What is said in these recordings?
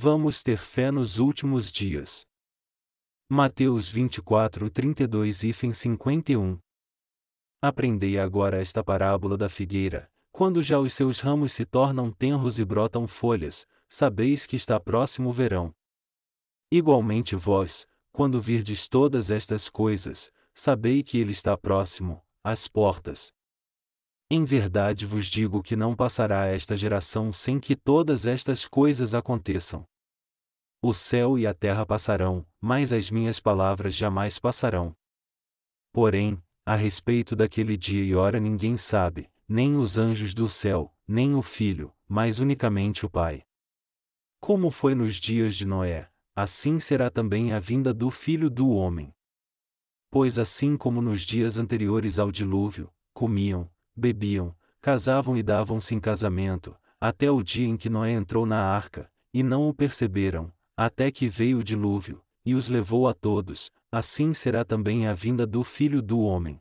Vamos ter fé nos últimos dias. Mateus 24:32-51. Aprendei agora esta parábola da figueira: quando já os seus ramos se tornam tenros e brotam folhas, sabeis que está próximo o verão. Igualmente vós, quando virdes todas estas coisas, sabei que ele está próximo, às portas. Em verdade vos digo que não passará esta geração sem que todas estas coisas aconteçam. O céu e a terra passarão, mas as minhas palavras jamais passarão. Porém, a respeito daquele dia e hora ninguém sabe, nem os anjos do céu, nem o Filho, mas unicamente o Pai. Como foi nos dias de Noé, assim será também a vinda do Filho do Homem. Pois assim como nos dias anteriores ao dilúvio, comiam, bebiam, casavam e davam-se em casamento, até o dia em que Noé entrou na arca, e não o perceberam, até que veio o dilúvio, e os levou a todos, assim será também a vinda do Filho do Homem.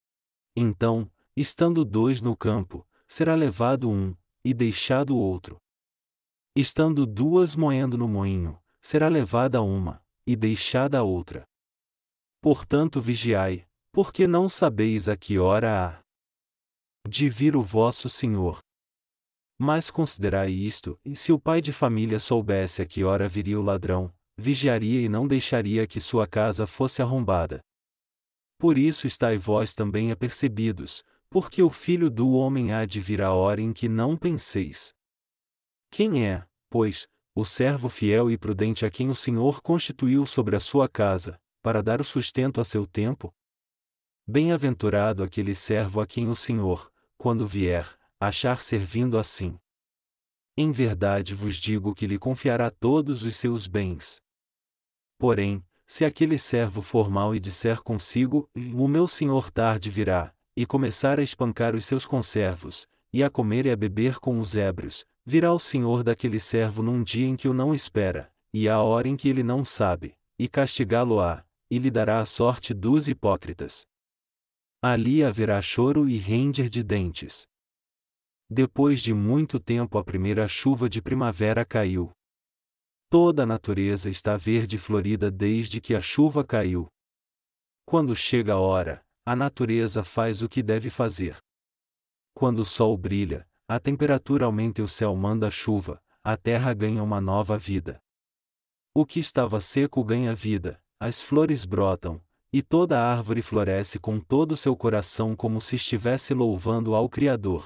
Então, estando dois no campo, será levado um, e deixado o outro. Estando duas moendo no moinho, será levada uma, e deixada a outra. Portanto vigiai, porque não sabeis a que hora há de vir o vosso Senhor. Mas considerai isto, e se o pai de família soubesse a que hora viria o ladrão, vigiaria e não deixaria que sua casa fosse arrombada. Por isso estai vós também apercebidos, porque o Filho do Homem há de vir a hora em que não penseis. Quem é, pois, o servo fiel e prudente a quem o Senhor constituiu sobre a sua casa, para dar o sustento a seu tempo? Bem-aventurado aquele servo a quem o Senhor, quando vier, achar servindo assim. Em verdade vos digo que lhe confiará todos os seus bens. Porém, se aquele servo for mau e disser consigo, o meu senhor tarde virá, e começar a espancar os seus conservos, e a comer e a beber com os ébrios, virá o senhor daquele servo num dia em que o não espera, e à hora em que ele não sabe, e castigá-lo-á, e lhe dará a sorte dos hipócritas. Ali haverá choro e ranger de dentes. Depois de muito tempo a primeira chuva de primavera caiu. Toda a natureza está verde e florida desde que a chuva caiu. Quando chega a hora, a natureza faz o que deve fazer. Quando o sol brilha, a temperatura aumenta e o céu manda a chuva, a terra ganha uma nova vida. O que estava seco ganha vida, as flores brotam, e toda a árvore floresce com todo o seu coração como se estivesse louvando ao Criador.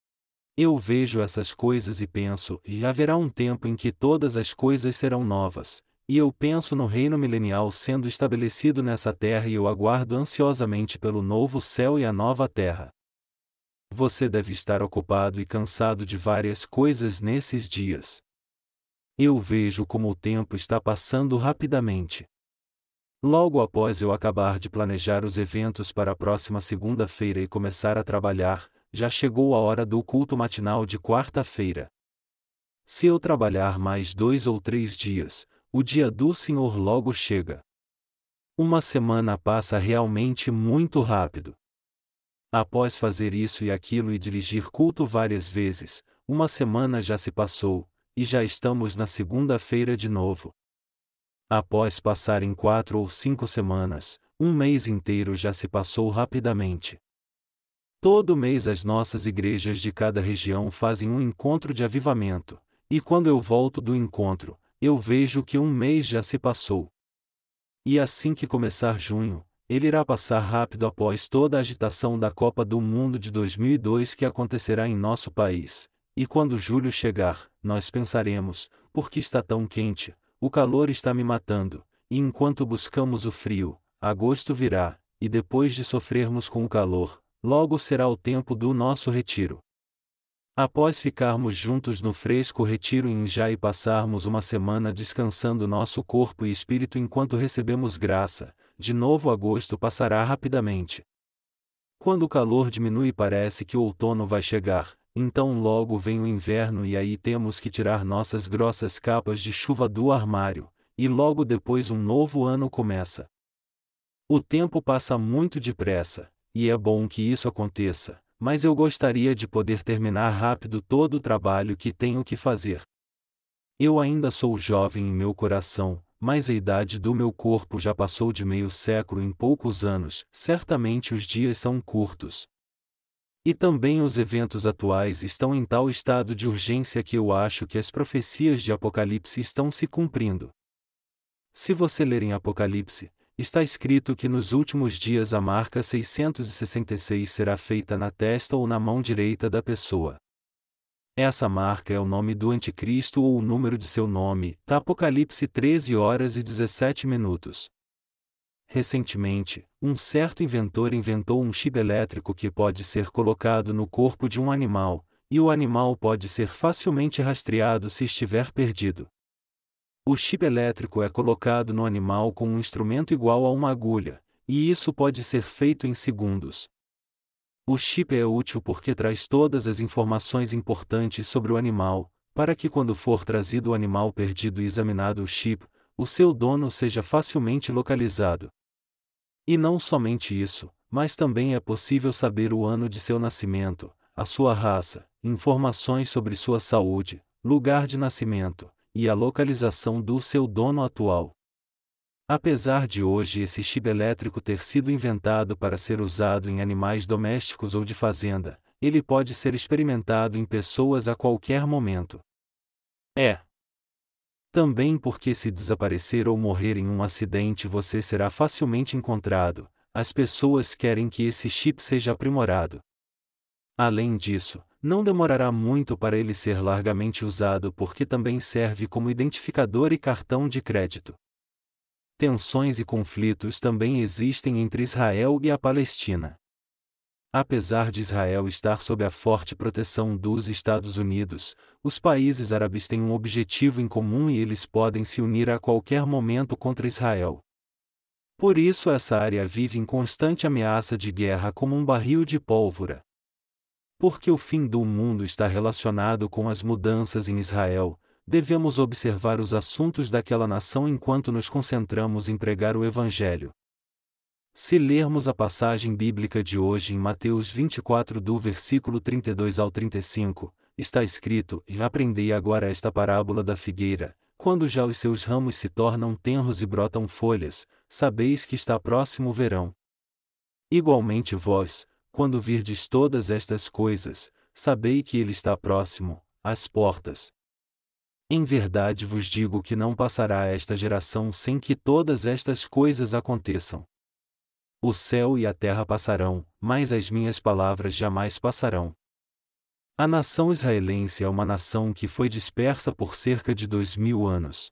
Eu vejo essas coisas e penso, e haverá um tempo em que todas as coisas serão novas, e eu penso no reino milenial sendo estabelecido nessa terra e eu aguardo ansiosamente pelo novo céu e a nova terra. Você deve estar ocupado e cansado de várias coisas nesses dias. Eu vejo como o tempo está passando rapidamente. Logo após eu acabar de planejar os eventos para a próxima segunda-feira e começar a trabalhar, já chegou a hora do culto matinal de quarta-feira. Se eu trabalhar mais 2 ou 3 dias, o dia do Senhor logo chega. Uma semana passa realmente muito rápido. Após fazer isso e aquilo e dirigir culto várias vezes, uma semana já se passou, e já estamos na segunda-feira de novo. Após passarem 4 ou 5 semanas, um mês inteiro já se passou rapidamente. Todo mês as nossas igrejas de cada região fazem um encontro de avivamento, e quando eu volto do encontro, eu vejo que um mês já se passou. E assim que começar junho, ele irá passar rápido após toda a agitação da Copa do Mundo de 2002 que acontecerá em nosso país, e quando julho chegar, nós pensaremos, por que está tão quente? O calor está me matando, e enquanto buscamos o frio, agosto virá, e depois de sofrermos com o calor, logo será o tempo do nosso retiro. Após ficarmos juntos no fresco retiro em Já e passarmos uma semana descansando nosso corpo e espírito enquanto recebemos graça, de novo agosto passará rapidamente. Quando o calor diminui e parece que o outono vai chegar, então logo vem o inverno e aí temos que tirar nossas grossas capas de chuva do armário, e logo depois um novo ano começa. O tempo passa muito depressa, e é bom que isso aconteça, mas eu gostaria de poder terminar rápido todo o trabalho que tenho que fazer. Eu ainda sou jovem em meu coração, mas a idade do meu corpo já passou de meio século em poucos anos, certamente os dias são curtos. E também os eventos atuais estão em tal estado de urgência que eu acho que as profecias de Apocalipse estão se cumprindo. Se você ler em Apocalipse, está escrito que nos últimos dias a marca 666 será feita na testa ou na mão direita da pessoa. Essa marca é o nome do anticristo ou o número de seu nome, tá? Apocalipse 13 horas e 17 minutos. Recentemente, um certo inventor inventou um chip elétrico que pode ser colocado no corpo de um animal, e o animal pode ser facilmente rastreado se estiver perdido. O chip elétrico é colocado no animal com um instrumento igual a uma agulha, e isso pode ser feito em segundos. O chip é útil porque traz todas as informações importantes sobre o animal, para que quando for trazido o animal perdido e examinado o chip, o seu dono seja facilmente localizado. E não somente isso, mas também é possível saber o ano de seu nascimento, a sua raça, informações sobre sua saúde, lugar de nascimento, e a localização do seu dono atual. Apesar de hoje esse chip elétrico ter sido inventado para ser usado em animais domésticos ou de fazenda, ele pode ser experimentado em pessoas a qualquer momento. Também porque se desaparecer ou morrer em um acidente você será facilmente encontrado, as pessoas querem que esse chip seja aprimorado. Além disso, não demorará muito para ele ser largamente usado porque também serve como identificador e cartão de crédito. Tensões e conflitos também existem entre Israel e a Palestina. Apesar de Israel estar sob a forte proteção dos Estados Unidos, os países árabes têm um objetivo em comum e eles podem se unir a qualquer momento contra Israel. Por isso essa área vive em constante ameaça de guerra como um barril de pólvora. Porque o fim do mundo está relacionado com as mudanças em Israel, devemos observar os assuntos daquela nação enquanto nos concentramos em pregar o Evangelho. Se lermos a passagem bíblica de hoje em Mateus 24 do versículo 32 ao 35, está escrito: E aprendei agora esta parábola da figueira, quando já os seus ramos se tornam tenros e brotam folhas, sabeis que está próximo o verão. Igualmente vós, quando virdes todas estas coisas, sabei que ele está próximo, às portas. Em verdade vos digo que não passará esta geração sem que todas estas coisas aconteçam. O céu e a terra passarão, mas as minhas palavras jamais passarão. A nação israelense é uma nação que foi dispersa por cerca de 2000 anos.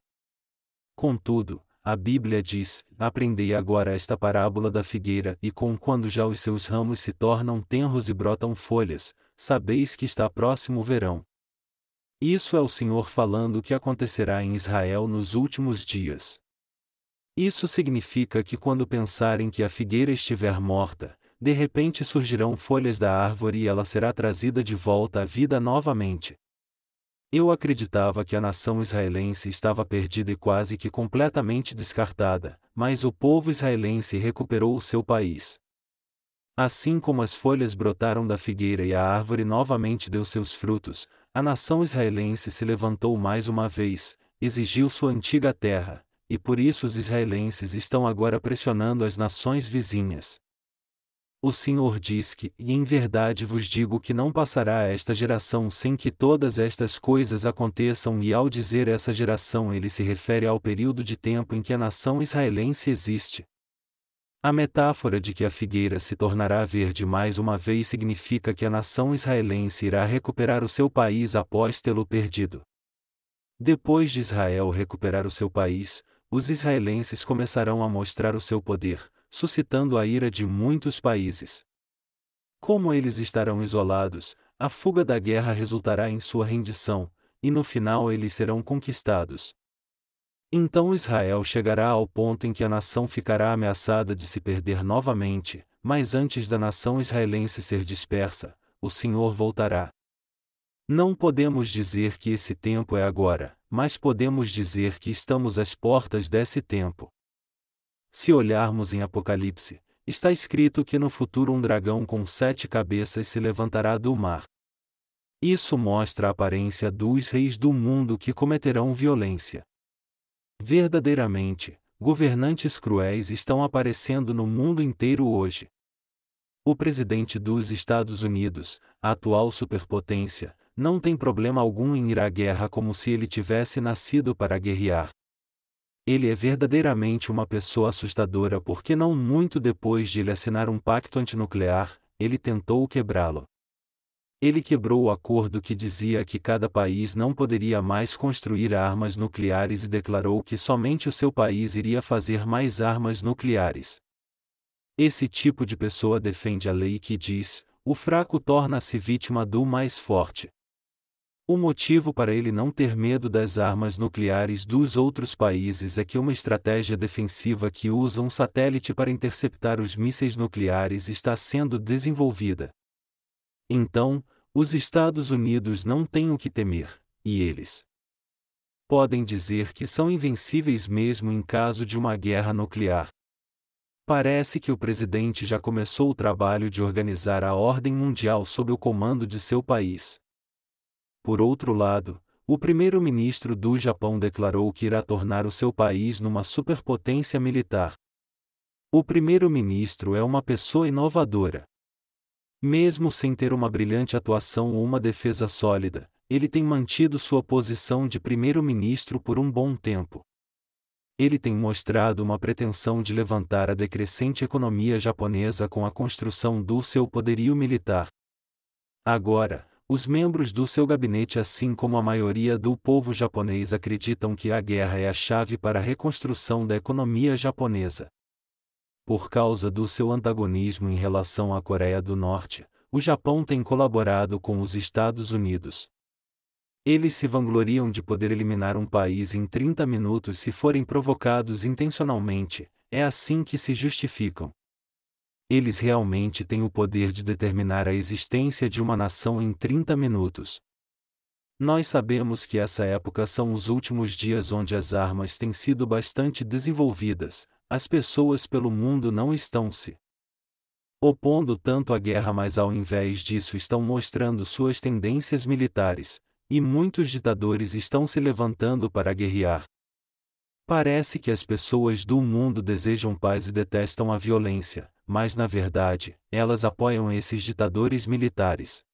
Contudo, a Bíblia diz: aprendei agora esta parábola da figueira e quando já os seus ramos se tornam tenros e brotam folhas, sabeis que está próximo o verão. Isso é o Senhor falando o que acontecerá em Israel nos últimos dias. Isso significa que quando pensarem que a figueira estiver morta, de repente surgirão folhas da árvore e ela será trazida de volta à vida novamente. Eu acreditava que a nação israelense estava perdida e quase que completamente descartada, mas o povo israelense recuperou o seu país. Assim como as folhas brotaram da figueira e a árvore novamente deu seus frutos, a nação israelense se levantou mais uma vez, exigiu sua antiga terra, e por isso os israelenses estão agora pressionando as nações vizinhas. O Senhor diz que, e em verdade vos digo que não passará esta geração sem que todas estas coisas aconteçam, e ao dizer essa geração ele se refere ao período de tempo em que a nação israelense existe. A metáfora de que a figueira se tornará verde mais uma vez significa que a nação israelense irá recuperar o seu país após tê-lo perdido. Depois de Israel recuperar o seu país, os israelenses começarão a mostrar o seu poder, suscitando a ira de muitos países. Como eles estarão isolados, a fuga da guerra resultará em sua rendição, e no final eles serão conquistados. Então Israel chegará ao ponto em que a nação ficará ameaçada de se perder novamente, mas antes da nação israelense ser dispersa, o Senhor voltará. Não podemos dizer que esse tempo é agora, mas podemos dizer que estamos às portas desse tempo. Se olharmos em Apocalipse, está escrito que no futuro um dragão com 7 cabeças se levantará do mar. Isso mostra a aparência dos reis do mundo que cometerão violência. Verdadeiramente, governantes cruéis estão aparecendo no mundo inteiro hoje. O presidente dos Estados Unidos, a atual superpotência, não tem problema algum em ir à guerra como se ele tivesse nascido para guerrear. Ele é verdadeiramente uma pessoa assustadora porque não muito depois de ele assinar um pacto antinuclear, ele tentou quebrá-lo. Ele quebrou o acordo que dizia que cada país não poderia mais construir armas nucleares e declarou que somente o seu país iria fazer mais armas nucleares. Esse tipo de pessoa defende a lei que diz: o fraco torna-se vítima do mais forte. O motivo para ele não ter medo das armas nucleares dos outros países é que uma estratégia defensiva que usa um satélite para interceptar os mísseis nucleares está sendo desenvolvida. Então, os Estados Unidos não têm o que temer, e eles podem dizer que são invencíveis mesmo em caso de uma guerra nuclear. Parece que o presidente já começou o trabalho de organizar a ordem mundial sob o comando de seu país. Por outro lado, o primeiro-ministro do Japão declarou que irá tornar o seu país numa superpotência militar. O primeiro-ministro é uma pessoa inovadora. Mesmo sem ter uma brilhante atuação ou uma defesa sólida, ele tem mantido sua posição de primeiro-ministro por um bom tempo. Ele tem mostrado uma pretensão de levantar a decrescente economia japonesa com a construção do seu poderio militar. Agora, os membros do seu gabinete, assim como a maioria do povo japonês, acreditam que a guerra é a chave para a reconstrução da economia japonesa. Por causa do seu antagonismo em relação à Coreia do Norte, o Japão tem colaborado com os Estados Unidos. Eles se vangloriam de poder eliminar um país em 30 minutos se forem provocados intencionalmente, é assim que se justificam. Eles realmente têm o poder de determinar a existência de uma nação em 30 minutos. Nós sabemos que essa época são os últimos dias onde as armas têm sido bastante desenvolvidas, as pessoas pelo mundo não estão se opondo tanto à guerra, mas ao invés disso estão mostrando suas tendências militares, e muitos ditadores estão se levantando para guerrear. Parece que as pessoas do mundo desejam paz e detestam a violência, mas na verdade, elas apoiam esses ditadores militares.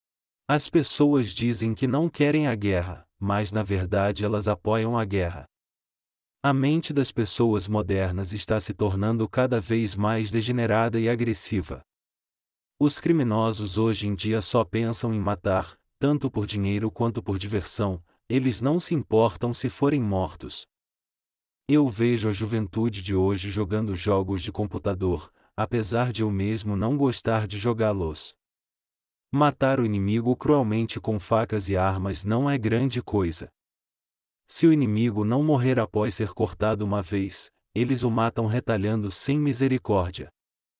As pessoas dizem que não querem a guerra, mas na verdade elas apoiam a guerra. A mente das pessoas modernas está se tornando cada vez mais degenerada e agressiva. Os criminosos hoje em dia só pensam em matar, tanto por dinheiro quanto por diversão, eles não se importam se forem mortos. Eu vejo a juventude de hoje jogando jogos de computador, apesar de eu mesmo não gostar de jogá-los. Matar o inimigo cruelmente com facas e armas não é grande coisa. Se o inimigo não morrer após ser cortado uma vez, eles o matam retalhando sem misericórdia.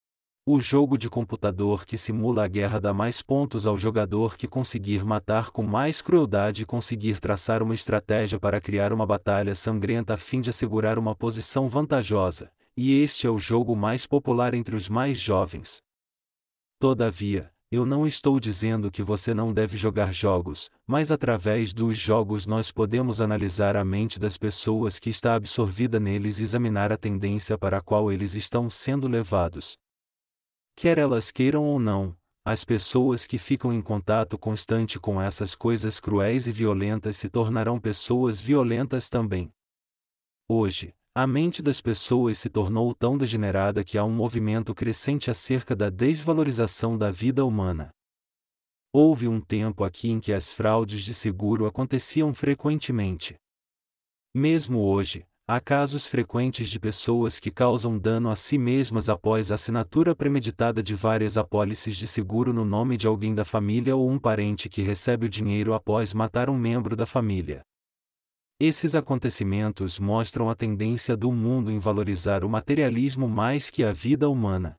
O jogo de computador que simula a guerra dá mais pontos ao jogador que conseguir matar com mais crueldade e conseguir traçar uma estratégia para criar uma batalha sangrenta a fim de assegurar uma posição vantajosa, e este é o jogo mais popular entre os mais jovens. Todavia, eu não estou dizendo que você não deve jogar jogos, mas através dos jogos nós podemos analisar a mente das pessoas que está absorvida neles e examinar a tendência para a qual eles estão sendo levados. Quer elas queiram ou não, as pessoas que ficam em contato constante com essas coisas cruéis e violentas se tornarão pessoas violentas também. Hoje, a mente das pessoas se tornou tão degenerada que há um movimento crescente acerca da desvalorização da vida humana. Houve um tempo aqui em que as fraudes de seguro aconteciam frequentemente. Mesmo hoje, há casos frequentes de pessoas que causam dano a si mesmas após a assinatura premeditada de várias apólices de seguro no nome de alguém da família ou um parente que recebe o dinheiro após matar um membro da família. Esses acontecimentos mostram a tendência do mundo em valorizar o materialismo mais que a vida humana.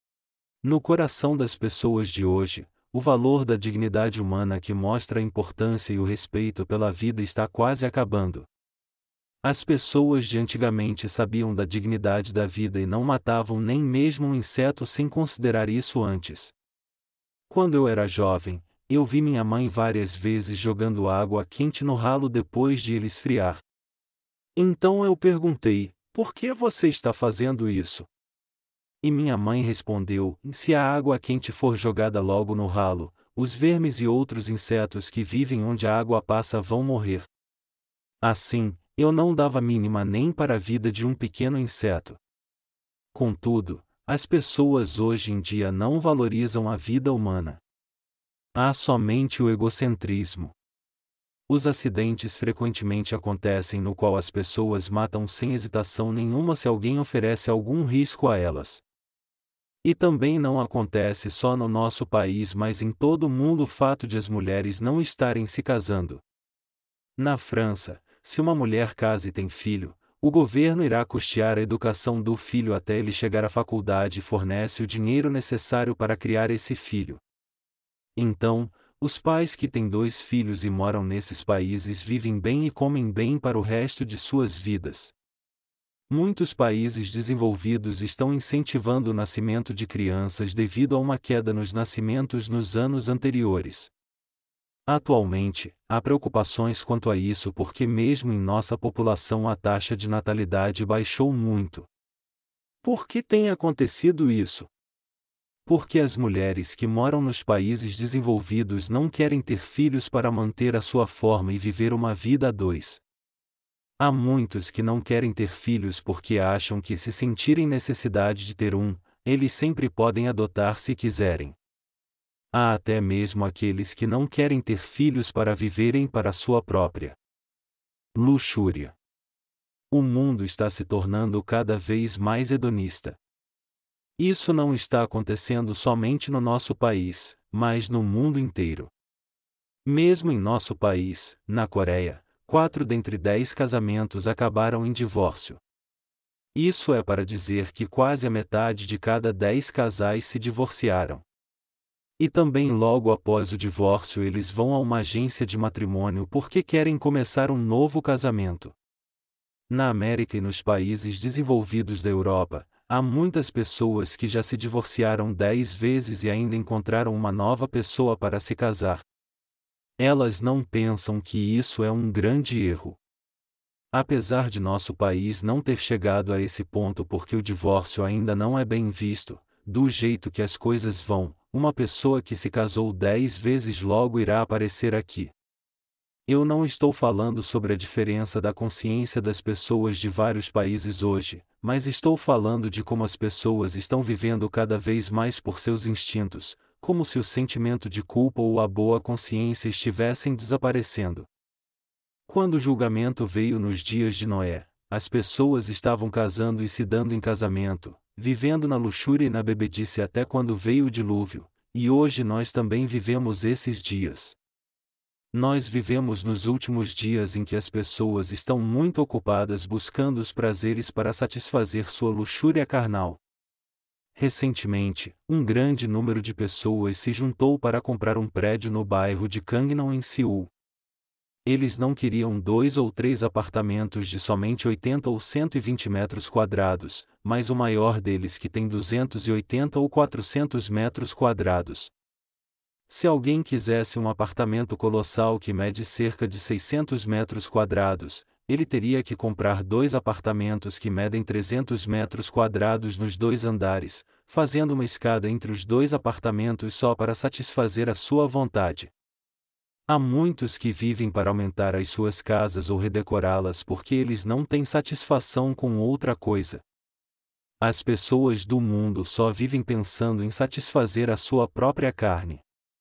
No coração das pessoas de hoje, o valor da dignidade humana que mostra a importância e o respeito pela vida está quase acabando. As pessoas de antigamente sabiam da dignidade da vida e não matavam nem mesmo um inseto sem considerar isso antes. Quando eu era jovem, eu vi minha mãe várias vezes jogando água quente no ralo depois de ele esfriar. Então eu perguntei: por que você está fazendo isso? E minha mãe respondeu: se a água quente for jogada logo no ralo, os vermes e outros insetos que vivem onde a água passa vão morrer. Assim, eu não dava mínima nem para a vida de um pequeno inseto. Contudo, as pessoas hoje em dia não valorizam a vida humana. Há somente o egocentrismo. Os acidentes frequentemente acontecem no qual as pessoas matam sem hesitação nenhuma se alguém oferece algum risco a elas. E também não acontece só no nosso país, mas em todo o mundo o fato de as mulheres não estarem se casando. Na França, se uma mulher casa e tem filho, o governo irá custear a educação do filho até ele chegar à faculdade e fornece o dinheiro necessário para criar esse filho. Então, os pais que têm 2 filhos e moram nesses países vivem bem e comem bem para o resto de suas vidas. Muitos países desenvolvidos estão incentivando o nascimento de crianças devido a uma queda nos nascimentos nos anos anteriores. Atualmente, há preocupações quanto a isso porque mesmo em nossa população a taxa de natalidade baixou muito. Por que tem acontecido isso? Porque as mulheres que moram nos países desenvolvidos não querem ter filhos para manter a sua forma e viver uma vida a 2. Há muitos que não querem ter filhos porque acham que se sentirem necessidade de ter um, eles sempre podem adotar se quiserem. Há até mesmo aqueles que não querem ter filhos para viverem para sua própria luxúria. O mundo está se tornando cada vez mais hedonista. Isso não está acontecendo somente no nosso país, mas no mundo inteiro. Mesmo em nosso país, na Coreia, 4 dentre 10 casamentos acabaram em divórcio. Isso é para dizer que quase a metade de cada 10 casais se divorciaram. E também logo após o divórcio eles vão a uma agência de matrimônio porque querem começar um novo casamento. Na América e nos países desenvolvidos da Europa, há muitas pessoas que já se divorciaram 10 vezes e ainda encontraram uma nova pessoa para se casar. Elas não pensam que isso é um grande erro. Apesar de nosso país não ter chegado a esse ponto porque o divórcio ainda não é bem visto, do jeito que as coisas vão, uma pessoa que se casou 10 vezes logo irá aparecer aqui. Eu não estou falando sobre a diferença da consciência das pessoas de vários países hoje, mas estou falando de como as pessoas estão vivendo cada vez mais por seus instintos, como se o sentimento de culpa ou a boa consciência estivessem desaparecendo. Quando o julgamento veio nos dias de Noé, as pessoas estavam casando e se dando em casamento, vivendo na luxúria e na bebedice até quando veio o dilúvio, e hoje nós também vivemos esses dias. Nós vivemos nos últimos dias em que as pessoas estão muito ocupadas buscando os prazeres para satisfazer sua luxúria carnal. Recentemente, um grande número de pessoas se juntou para comprar um prédio no bairro de Gangnam em Seul. Eles não queriam 2 ou 3 apartamentos de somente 80 ou 120 metros quadrados, mas o maior deles que tem 280 ou 400 metros quadrados. Se alguém quisesse um apartamento colossal que mede cerca de 600 metros quadrados, ele teria que comprar 2 apartamentos que medem 300 metros quadrados nos 2 andares, fazendo uma escada entre os 2 apartamentos só para satisfazer a sua vontade. Há muitos que vivem para aumentar as suas casas ou redecorá-las porque eles não têm satisfação com outra coisa. As pessoas do mundo só vivem pensando em satisfazer a sua própria carne.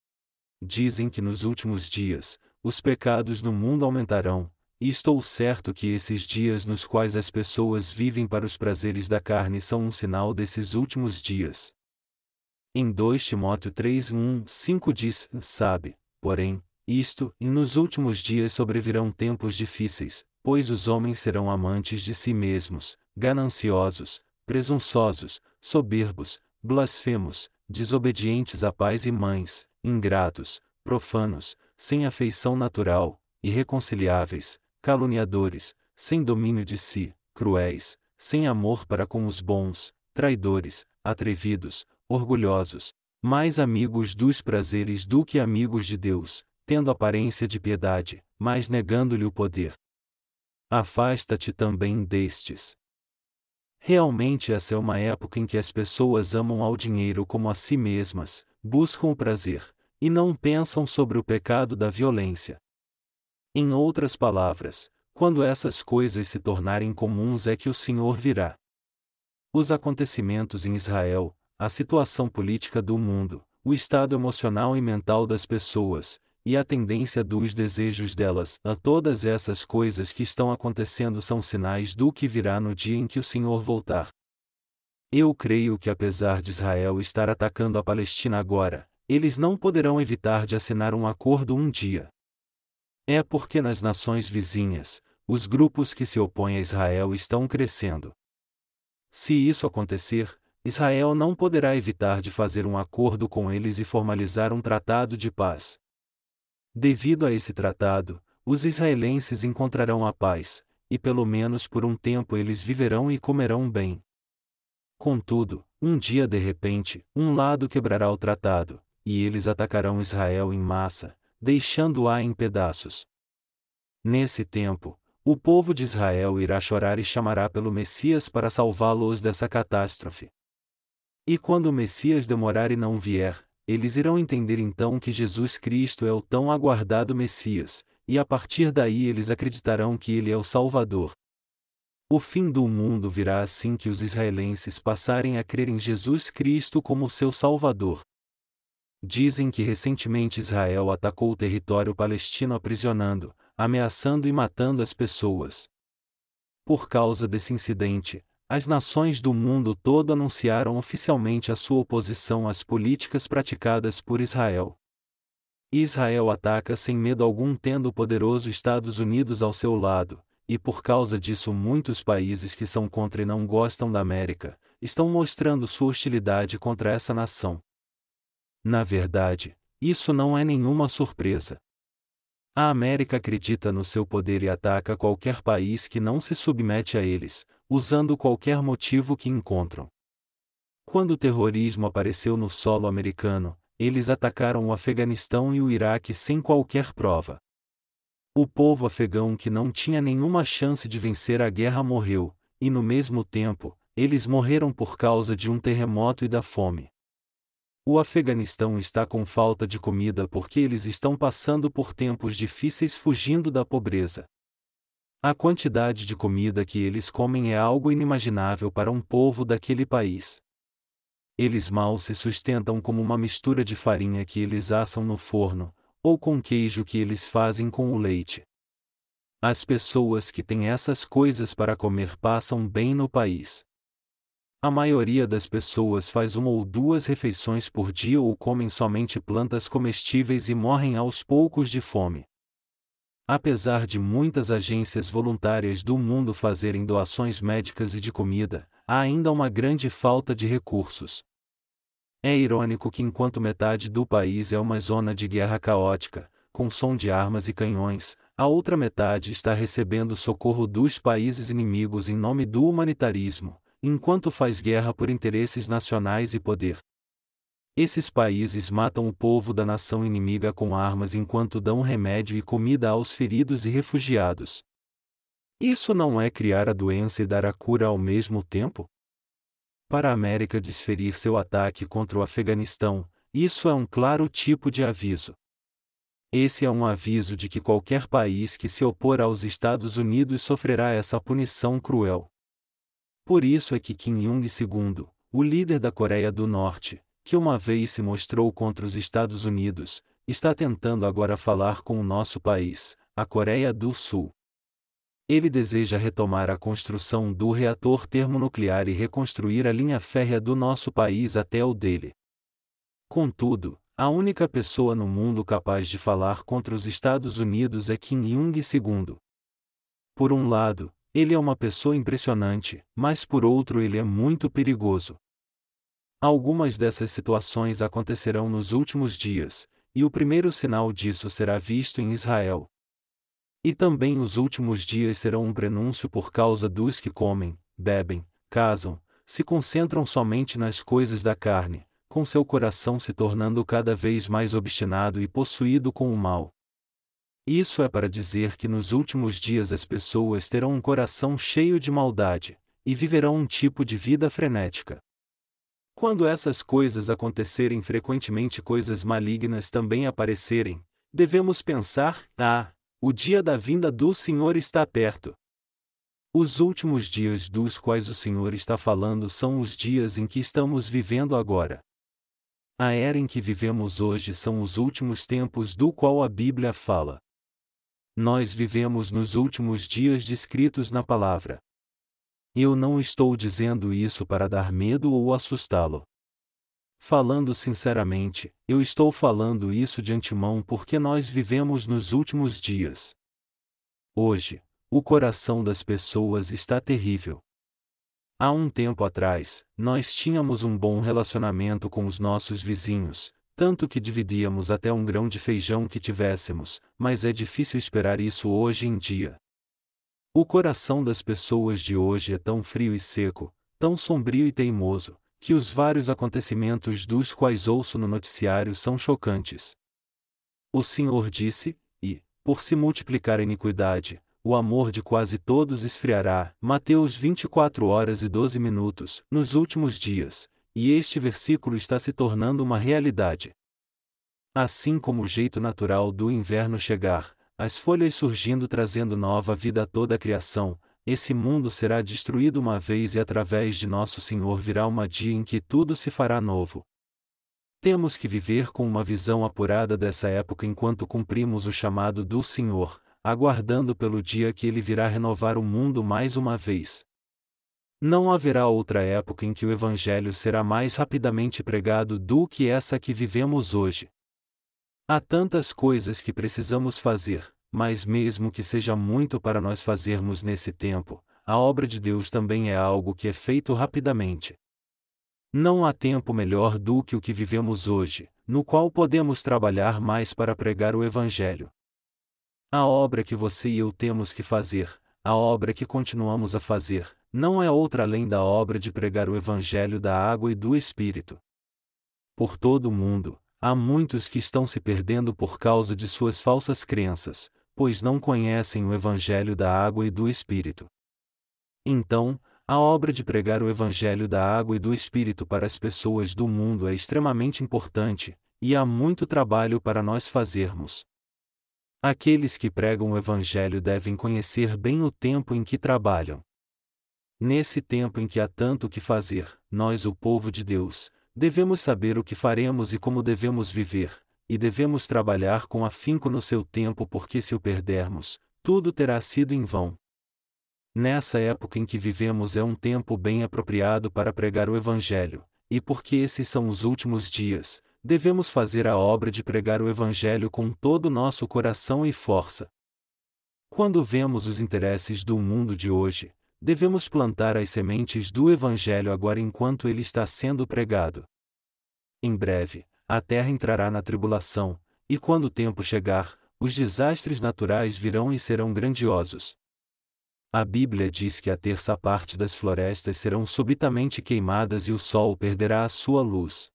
Dizem que nos últimos dias, os pecados no mundo aumentarão, e estou certo que esses dias nos quais as pessoas vivem para os prazeres da carne são um sinal desses últimos dias. Em 2 Timóteo 3:1-5 diz: sabe, porém, isto, e nos últimos dias sobrevirão tempos difíceis, pois os homens serão amantes de si mesmos, gananciosos, presunçosos, soberbos, blasfemos, desobedientes a pais e mães, ingratos, profanos, sem afeição natural, irreconciliáveis, caluniadores, sem domínio de si, cruéis, sem amor para com os bons, traidores, atrevidos, orgulhosos, mais amigos dos prazeres do que amigos de Deus, tendo aparência de piedade, mas negando-lhe o poder. Afasta-te também destes. Realmente essa é uma época em que as pessoas amam ao dinheiro como a si mesmas, buscam o prazer, e não pensam sobre o pecado da violência. Em outras palavras, quando essas coisas se tornarem comuns é que o Senhor virá. Os acontecimentos em Israel, a situação política do mundo, o estado emocional e mental das pessoas, e a tendência dos desejos delas, a todas essas coisas que estão acontecendo são sinais do que virá no dia em que o Senhor voltar. Eu creio que apesar de Israel estar atacando a Palestina agora, eles não poderão evitar de assinar um acordo um dia. É porque nas nações vizinhas, os grupos que se opõem a Israel estão crescendo. Se isso acontecer, Israel não poderá evitar de fazer um acordo com eles e formalizar um tratado de paz. Devido a esse tratado, os israelenses encontrarão a paz, e pelo menos por um tempo eles viverão e comerão bem. Contudo, um dia de repente, um lado quebrará o tratado, e eles atacarão Israel em massa, deixando-a em pedaços. Nesse tempo, o povo de Israel irá chorar e chamará pelo Messias para salvá-los dessa catástrofe. E quando o Messias demorar e não vier, eles irão entender então que Jesus Cristo é o tão aguardado Messias, e a partir daí eles acreditarão que ele é o Salvador. O fim do mundo virá assim que os israelenses passarem a crer em Jesus Cristo como seu Salvador. Dizem que recentemente Israel atacou o território palestino aprisionando, ameaçando e matando as pessoas. Por causa desse incidente, as nações do mundo todo anunciaram oficialmente a sua oposição às políticas praticadas por Israel. Israel ataca sem medo algum tendo o poderoso Estados Unidos ao seu lado, e por causa disso muitos países que são contra e não gostam da América, estão mostrando sua hostilidade contra essa nação. Na verdade, isso não é nenhuma surpresa. A América acredita no seu poder e ataca qualquer país que não se submete a eles, usando qualquer motivo que encontram. Quando o terrorismo apareceu no solo americano, eles atacaram o Afeganistão e o Iraque sem qualquer prova. O povo afegão que não tinha nenhuma chance de vencer a guerra morreu, e no mesmo tempo, eles morreram por causa de um terremoto e da fome. O Afeganistão está com falta de comida porque eles estão passando por tempos difíceis fugindo da pobreza. A quantidade de comida que eles comem é algo inimaginável para um povo daquele país. Eles mal se sustentam como uma mistura de farinha que eles assam no forno, ou com queijo que eles fazem com o leite. As pessoas que têm essas coisas para comer passam bem no país. A maioria das pessoas faz uma ou duas refeições por dia ou comem somente plantas comestíveis e morrem aos poucos de fome. Apesar de muitas agências voluntárias do mundo fazerem doações médicas e de comida, há ainda uma grande falta de recursos. É irônico que enquanto metade do país é uma zona de guerra caótica, com som de armas e canhões, a outra metade está recebendo socorro dos países inimigos em nome do humanitarismo, enquanto faz guerra por interesses nacionais e poder. Esses países matam o povo da nação inimiga com armas enquanto dão remédio e comida aos feridos e refugiados. Isso não é criar a doença e dar a cura ao mesmo tempo? Para a América desferir seu ataque contra o Afeganistão, isso é um claro tipo de aviso. Esse é um aviso de que qualquer país que se opor aos Estados Unidos sofrerá essa punição cruel. Por isso é que Kim Il-sung, o líder da Coreia do Norte, que uma vez se mostrou contra os Estados Unidos, está tentando agora falar com o nosso país, a Coreia do Sul. Ele deseja retomar a construção do reator termonuclear e reconstruir a linha férrea do nosso país até o dele. Contudo, a única pessoa no mundo capaz de falar contra os Estados Unidos é Kim Il-sung. Por um lado, ele é uma pessoa impressionante, mas por outro ele é muito perigoso. Algumas dessas situações acontecerão nos últimos dias, e o primeiro sinal disso será visto em Israel. E também os últimos dias serão um prenúncio por causa dos que comem, bebem, casam, se concentram somente nas coisas da carne, com seu coração se tornando cada vez mais obstinado e possuído com o mal. Isso é para dizer que nos últimos dias as pessoas terão um coração cheio de maldade, e viverão um tipo de vida frenética. Quando essas coisas acontecerem, frequentemente coisas malignas também aparecerem, devemos pensar: o dia da vinda do Senhor está perto. Os últimos dias dos quais o Senhor está falando são os dias em que estamos vivendo agora. A era em que vivemos hoje são os últimos tempos do qual a Bíblia fala. Nós vivemos nos últimos dias descritos na palavra. Eu não estou dizendo isso para dar medo ou assustá-lo. Falando sinceramente, eu estou falando isso de antemão porque nós vivemos nos últimos dias. Hoje, o coração das pessoas está terrível. Há um tempo atrás, nós tínhamos um bom relacionamento com os nossos vizinhos, tanto que dividíamos até um grão de feijão que tivéssemos, mas é difícil esperar isso hoje em dia. O coração das pessoas de hoje é tão frio e seco, tão sombrio e teimoso, que os vários acontecimentos dos quais ouço no noticiário são chocantes. O Senhor disse, por se multiplicar a iniquidade, o amor de quase todos esfriará. Mateus 24h12, nos últimos dias, e este versículo está se tornando uma realidade. Assim como o jeito natural do inverno chegar, as folhas surgindo trazendo nova vida a toda a criação, esse mundo será destruído uma vez e através de nosso Senhor virá uma dia em que tudo se fará novo. Temos que viver com uma visão apurada dessa época enquanto cumprimos o chamado do Senhor, aguardando pelo dia que Ele virá renovar o mundo mais uma vez. Não haverá outra época em que o Evangelho será mais rapidamente pregado do que essa que vivemos hoje. Há tantas coisas que precisamos fazer, mas mesmo que seja muito para nós fazermos nesse tempo, a obra de Deus também é algo que é feito rapidamente. Não há tempo melhor do que o que vivemos hoje, no qual podemos trabalhar mais para pregar o Evangelho. A obra que você e eu temos que fazer, a obra que continuamos a fazer, não é outra além da obra de pregar o Evangelho da água e do Espírito. Por todo o mundo, há muitos que estão se perdendo por causa de suas falsas crenças, pois não conhecem o Evangelho da água e do Espírito. Então, a obra de pregar o Evangelho da água e do Espírito para as pessoas do mundo é extremamente importante, e há muito trabalho para nós fazermos. Aqueles que pregam o Evangelho devem conhecer bem o tempo em que trabalham. Nesse tempo em que há tanto o que fazer, nós, o povo de Deus, devemos saber o que faremos e como devemos viver, e devemos trabalhar com afinco no seu tempo porque se o perdermos, tudo terá sido em vão. Nessa época em que vivemos é um tempo bem apropriado para pregar o Evangelho, e porque esses são os últimos dias, devemos fazer a obra de pregar o Evangelho com todo o nosso coração e força. Quando vemos os interesses do mundo de hoje, devemos plantar as sementes do Evangelho agora enquanto ele está sendo pregado. Em breve, a terra entrará na tribulação, e quando o tempo chegar, os desastres naturais virão e serão grandiosos. A Bíblia diz que a terça parte das florestas serão subitamente queimadas e o sol perderá a sua luz.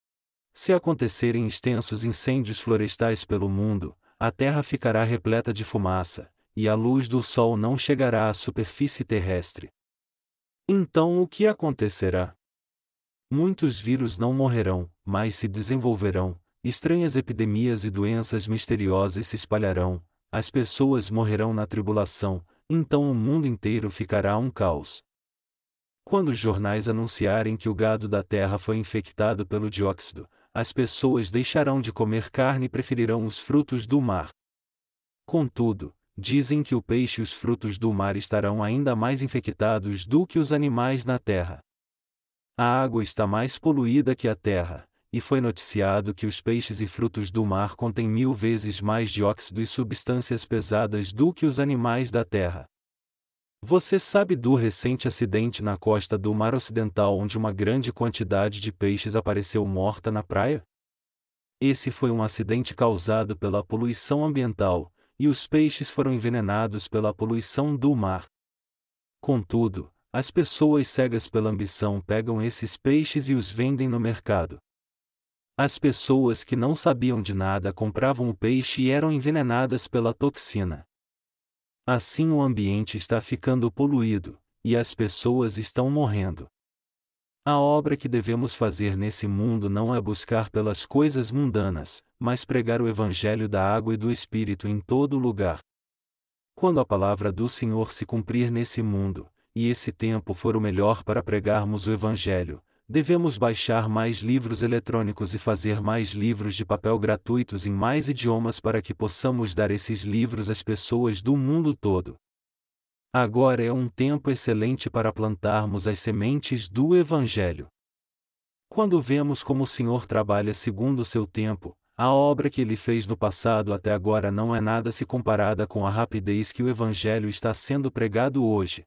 Se acontecerem extensos incêndios florestais pelo mundo, a terra ficará repleta de fumaça, e a luz do sol não chegará à superfície terrestre. Então o que acontecerá? Muitos vírus não morrerão, mas se desenvolverão, estranhas epidemias e doenças misteriosas se espalharão, as pessoas morrerão na tribulação, então o mundo inteiro ficará um caos. Quando os jornais anunciarem que o gado da terra foi infectado pelo dióxido, as pessoas deixarão de comer carne e preferirão os frutos do mar. Contudo, dizem que o peixe e os frutos do mar estarão ainda mais infectados do que os animais na terra. A água está mais poluída que a terra, e foi noticiado que os peixes e frutos do mar contêm 1000 vezes mais dióxido e substâncias pesadas do que os animais da terra. Você sabe do recente acidente na costa do Mar Ocidental onde uma grande quantidade de peixes apareceu morta na praia? Esse foi um acidente causado pela poluição ambiental, e os peixes foram envenenados pela poluição do mar. Contudo, as pessoas cegas pela ambição pegam esses peixes e os vendem no mercado. As pessoas que não sabiam de nada compravam o peixe e eram envenenadas pela toxina. Assim o ambiente está ficando poluído, e as pessoas estão morrendo. A obra que devemos fazer nesse mundo não é buscar pelas coisas mundanas, mas pregar o Evangelho da água e do Espírito em todo lugar. Quando a palavra do Senhor se cumprir nesse mundo, e esse tempo for o melhor para pregarmos o Evangelho, devemos baixar mais livros eletrônicos e fazer mais livros de papel gratuitos em mais idiomas para que possamos dar esses livros às pessoas do mundo todo. Agora é um tempo excelente para plantarmos as sementes do Evangelho. Quando vemos como o Senhor trabalha segundo o seu tempo, a obra que ele fez no passado até agora não é nada se comparada com a rapidez que o Evangelho está sendo pregado hoje.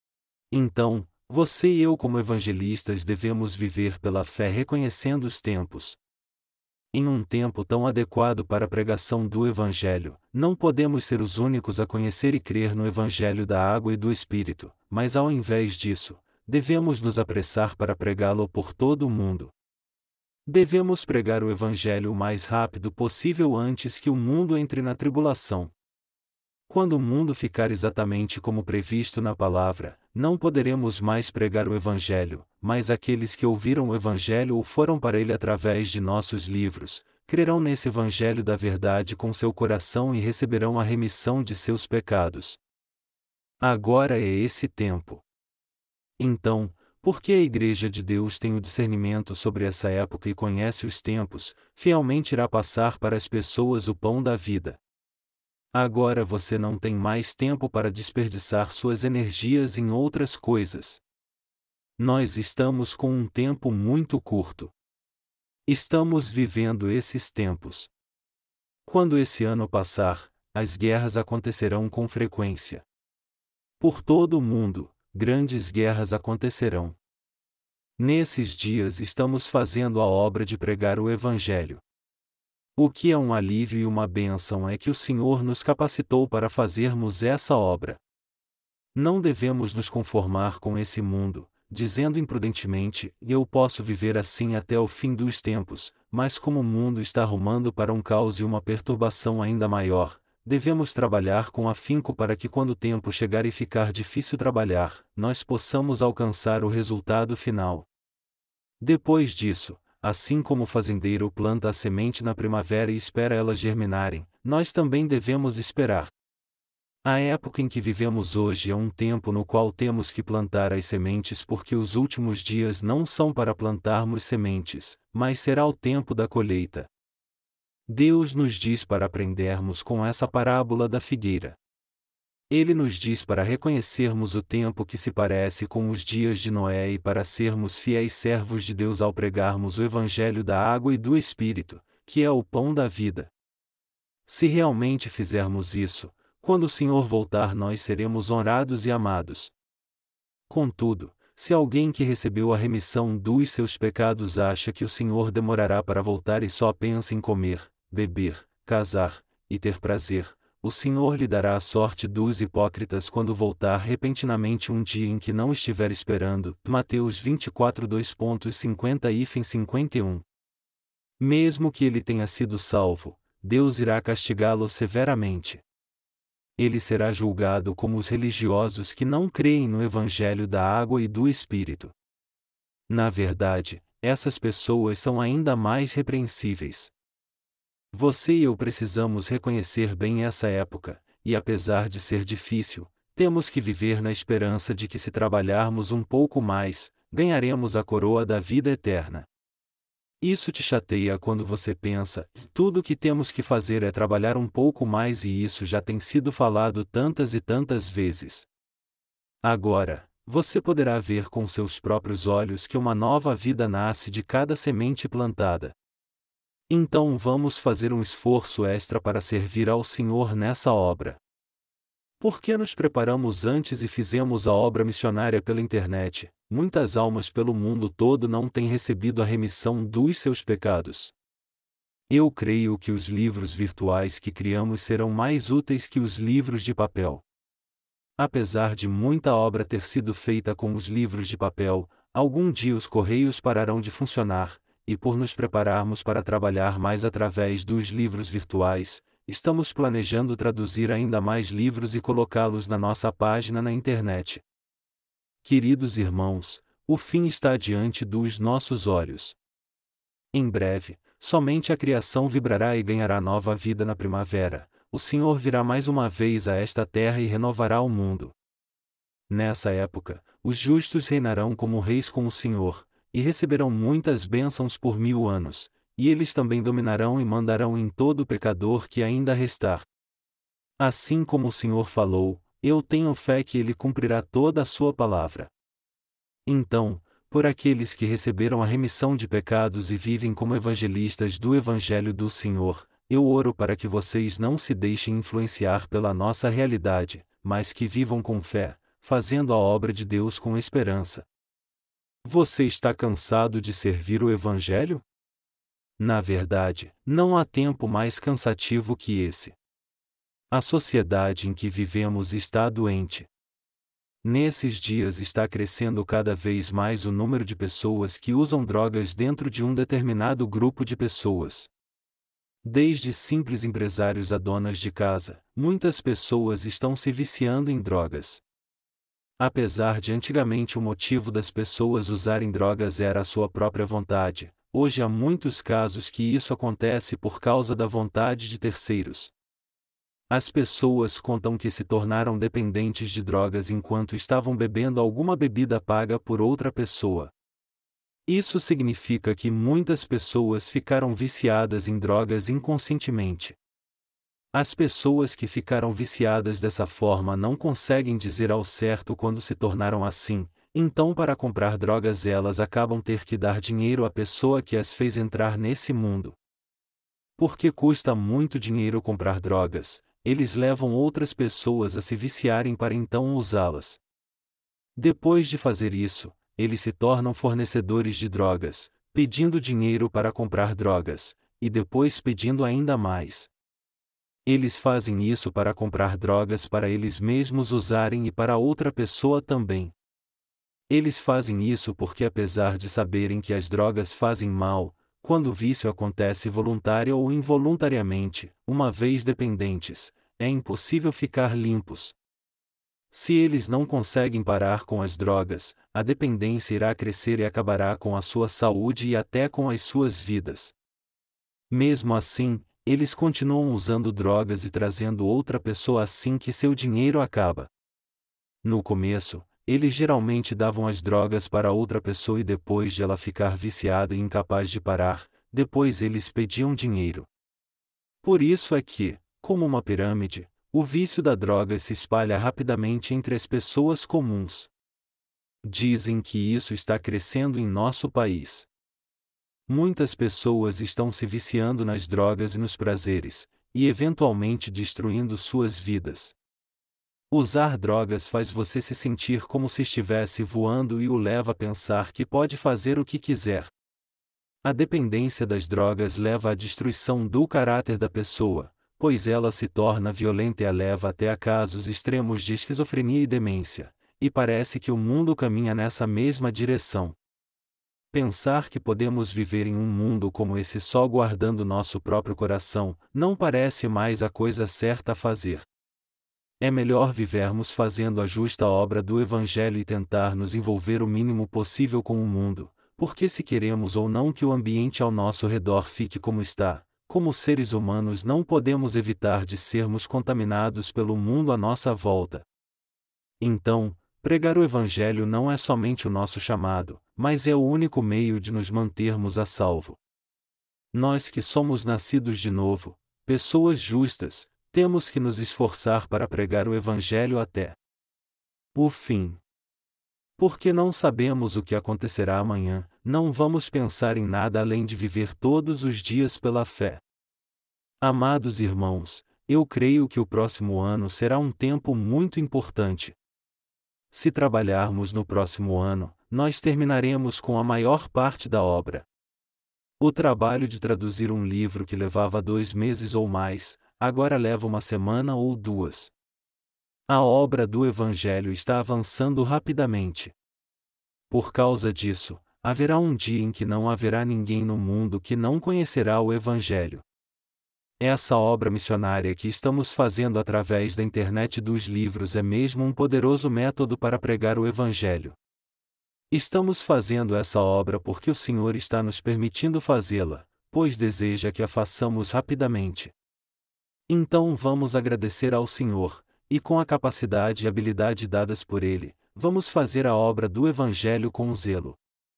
Então, você e eu como evangelistas devemos viver pela fé reconhecendo os tempos. Em um tempo tão adequado para a pregação do Evangelho, não podemos ser os únicos a conhecer e crer no Evangelho da água e do Espírito, mas ao invés disso, devemos nos apressar para pregá-lo por todo o mundo. Devemos pregar o Evangelho o mais rápido possível antes que o mundo entre na tribulação. Quando o mundo ficar exatamente como previsto na palavra, não poderemos mais pregar o Evangelho, mas aqueles que ouviram o Evangelho ou foram para ele através de nossos livros, crerão nesse Evangelho da verdade com seu coração e receberão a remissão de seus pecados. Agora é esse tempo. Então, porque a Igreja de Deus tem o discernimento sobre essa época e conhece os tempos, fielmente irá passar para as pessoas o pão da vida. Agora você não tem mais tempo para desperdiçar suas energias em outras coisas. Nós estamos com um tempo muito curto. Estamos vivendo esses tempos. Quando esse ano passar, as guerras acontecerão com frequência. Por todo o mundo, grandes guerras acontecerão. Nesses dias estamos fazendo a obra de pregar o Evangelho. O que é um alívio e uma bênção é que o Senhor nos capacitou para fazermos essa obra. Não devemos nos conformar com esse mundo, dizendo imprudentemente, eu posso viver assim até o fim dos tempos, mas como o mundo está rumando para um caos e uma perturbação ainda maior, devemos trabalhar com afinco para que quando o tempo chegar e ficar difícil trabalhar, nós possamos alcançar o resultado final. Depois disso, assim como o fazendeiro planta a semente na primavera e espera elas germinarem, nós também devemos esperar. A época em que vivemos hoje é um tempo no qual temos que plantar as sementes porque os últimos dias não são para plantarmos sementes, mas será o tempo da colheita. Deus nos diz para aprendermos com essa parábola da figueira. Ele nos diz para reconhecermos o tempo que se parece com os dias de Noé e para sermos fiéis servos de Deus ao pregarmos o Evangelho da água e do Espírito, que é o pão da vida. Se realmente fizermos isso, quando o Senhor voltar nós seremos honrados e amados. Contudo, se alguém que recebeu a remissão dos seus pecados acha que o Senhor demorará para voltar e só pensa em comer, beber, casar e ter prazer, o Senhor lhe dará a sorte dos hipócritas quando voltar repentinamente um dia em que não estiver esperando. Mateus 24 2.50-51. Mesmo que ele tenha sido salvo, Deus irá castigá-lo severamente. Ele será julgado como os religiosos que não creem no Evangelho da água e do Espírito. Na verdade, essas pessoas são ainda mais repreensíveis. Você e eu precisamos reconhecer bem essa época, e apesar de ser difícil, temos que viver na esperança de que se trabalharmos um pouco mais, ganharemos a coroa da vida eterna. Isso te chateia quando você pensa, tudo o que temos que fazer é trabalhar um pouco mais e isso já tem sido falado tantas e tantas vezes. Agora, você poderá ver com seus próprios olhos que uma nova vida nasce de cada semente plantada. Então vamos fazer um esforço extra para servir ao Senhor nessa obra. Por que nos preparamos antes e fizemos a obra missionária pela internet? Muitas almas pelo mundo todo não têm recebido a remissão dos seus pecados. Eu creio que os livros virtuais que criamos serão mais úteis que os livros de papel. Apesar de muita obra ter sido feita com os livros de papel, algum dia os correios pararão de funcionar, e por nos prepararmos para trabalhar mais através dos livros virtuais, estamos planejando traduzir ainda mais livros e colocá-los na nossa página na internet. Queridos irmãos, o fim está diante dos nossos olhos. Em breve, somente a criação vibrará e ganhará nova vida na primavera. O Senhor virá mais uma vez a esta terra e renovará o mundo. Nessa época, os justos reinarão como reis com o Senhor, e receberão muitas bênçãos por 1000 anos, e eles também dominarão e mandarão em todo pecador que ainda restar. Assim como o Senhor falou, eu tenho fé que Ele cumprirá toda a sua palavra. Então, por aqueles que receberam a remissão de pecados e vivem como evangelistas do Evangelho do Senhor, eu oro para que vocês não se deixem influenciar pela nossa realidade, mas que vivam com fé, fazendo a obra de Deus com esperança. Você está cansado de servir o Evangelho? Na verdade, não há tempo mais cansativo que esse. A sociedade em que vivemos está doente. Nesses dias está crescendo cada vez mais o número de pessoas que usam drogas dentro de um determinado grupo de pessoas. Desde simples empresários a donas de casa, muitas pessoas estão se viciando em drogas. Apesar de antigamente o motivo das pessoas usarem drogas era a sua própria vontade, hoje há muitos casos que isso acontece por causa da vontade de terceiros. As pessoas contam que se tornaram dependentes de drogas enquanto estavam bebendo alguma bebida paga por outra pessoa. Isso significa que muitas pessoas ficaram viciadas em drogas inconscientemente. As pessoas que ficaram viciadas dessa forma não conseguem dizer ao certo quando se tornaram assim, então para comprar drogas elas acabam ter que dar dinheiro à pessoa que as fez entrar nesse mundo. Porque custa muito dinheiro comprar drogas, eles levam outras pessoas a se viciarem para então usá-las. Depois de fazer isso, eles se tornam fornecedores de drogas, pedindo dinheiro para comprar drogas, e depois pedindo ainda mais. Eles fazem isso para comprar drogas para eles mesmos usarem e para outra pessoa também. Eles fazem isso porque, apesar de saberem que as drogas fazem mal, quando o vício acontece voluntário ou involuntariamente, uma vez dependentes, é impossível ficar limpos. Se eles não conseguem parar com as drogas, a dependência irá crescer e acabará com a sua saúde e até com as suas vidas. Mesmo assim, eles continuam usando drogas e trazendo outra pessoa assim que seu dinheiro acaba. No começo, eles geralmente davam as drogas para outra pessoa e depois de ela ficar viciada e incapaz de parar, depois eles pediam dinheiro. Por isso é que, como uma pirâmide, o vício da droga se espalha rapidamente entre as pessoas comuns. Dizem que isso está crescendo em nosso país. Muitas pessoas estão se viciando nas drogas e nos prazeres, e eventualmente destruindo suas vidas. Usar drogas faz você se sentir como se estivesse voando e o leva a pensar que pode fazer o que quiser. A dependência das drogas leva à destruição do caráter da pessoa, pois ela se torna violenta e a leva até a casos extremos de esquizofrenia e demência, e parece que o mundo caminha nessa mesma direção. Pensar que podemos viver em um mundo como esse só guardando nosso próprio coração, não parece mais a coisa certa a fazer. É melhor vivermos fazendo a justa obra do Evangelho e tentar nos envolver o mínimo possível com o mundo, porque se queremos ou não que o ambiente ao nosso redor fique como está, como seres humanos não podemos evitar de sermos contaminados pelo mundo à nossa volta. Então, pregar o Evangelho não é somente o nosso chamado, mas é o único meio de nos mantermos a salvo. Nós que somos nascidos de novo, pessoas justas, temos que nos esforçar para pregar o Evangelho até o fim. Porque não sabemos o que acontecerá amanhã, não vamos pensar em nada além de viver todos os dias pela fé. Amados irmãos, eu creio que o próximo ano será um tempo muito importante. Se trabalharmos no próximo ano, nós terminaremos com a maior parte da obra. O trabalho de traduzir um livro que levava 2 meses ou mais, agora leva 1 semana ou 2. A obra do Evangelho está avançando rapidamente. Por causa disso, haverá um dia em que não haverá ninguém no mundo que não conhecerá o Evangelho. Essa obra missionária que estamos fazendo através da internet e dos livros é mesmo um poderoso método para pregar o Evangelho. Estamos fazendo essa obra porque o Senhor está nos permitindo fazê-la, pois deseja que a façamos rapidamente. Então vamos agradecer ao Senhor, e com a capacidade e habilidade dadas por Ele, vamos fazer a obra do Evangelho com zelo.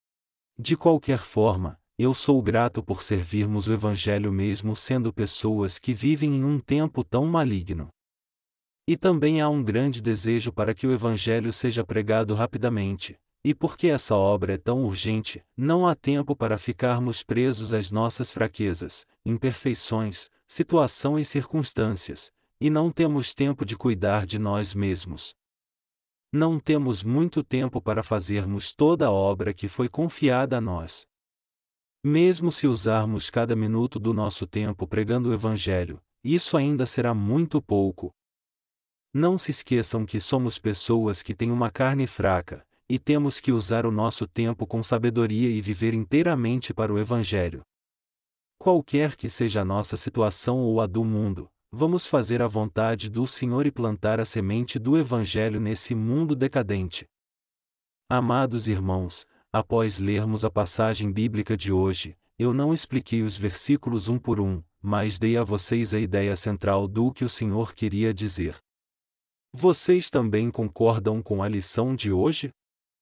De qualquer forma, eu sou grato por servirmos o Evangelho mesmo sendo pessoas que vivem em um tempo tão maligno. E também há um grande desejo para que o Evangelho seja pregado rapidamente, e porque essa obra é tão urgente, não há tempo para ficarmos presos às nossas fraquezas, imperfeições, situação e circunstâncias, e não temos tempo de cuidar de nós mesmos. Não temos muito tempo para fazermos toda a obra que foi confiada a nós. Mesmo se usarmos cada minuto do nosso tempo pregando o Evangelho, isso ainda será muito pouco. Não se esqueçam que somos pessoas que têm uma carne fraca, e temos que usar o nosso tempo com sabedoria e viver inteiramente para o Evangelho. Qualquer que seja a nossa situação ou a do mundo, vamos fazer a vontade do Senhor e plantar a semente do Evangelho nesse mundo decadente. Amados irmãos, após lermos a passagem bíblica de hoje, eu não expliquei os versículos um por um, mas dei a vocês a ideia central do que o Senhor queria dizer. Vocês também concordam com a lição de hoje?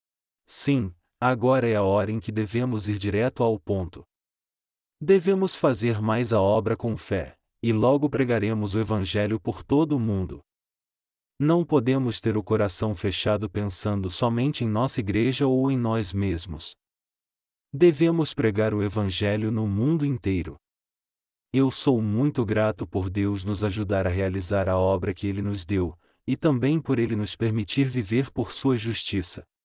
Sim, agora é a hora em que devemos ir direto ao ponto. Devemos fazer mais a obra com fé, e logo pregaremos o Evangelho por todo o mundo. Não podemos ter o coração fechado pensando somente em nossa igreja ou em nós mesmos. Devemos pregar o Evangelho no mundo inteiro. Eu sou muito grato por Deus nos ajudar a realizar a obra que Ele nos deu, e também por Ele nos permitir viver por Sua justiça.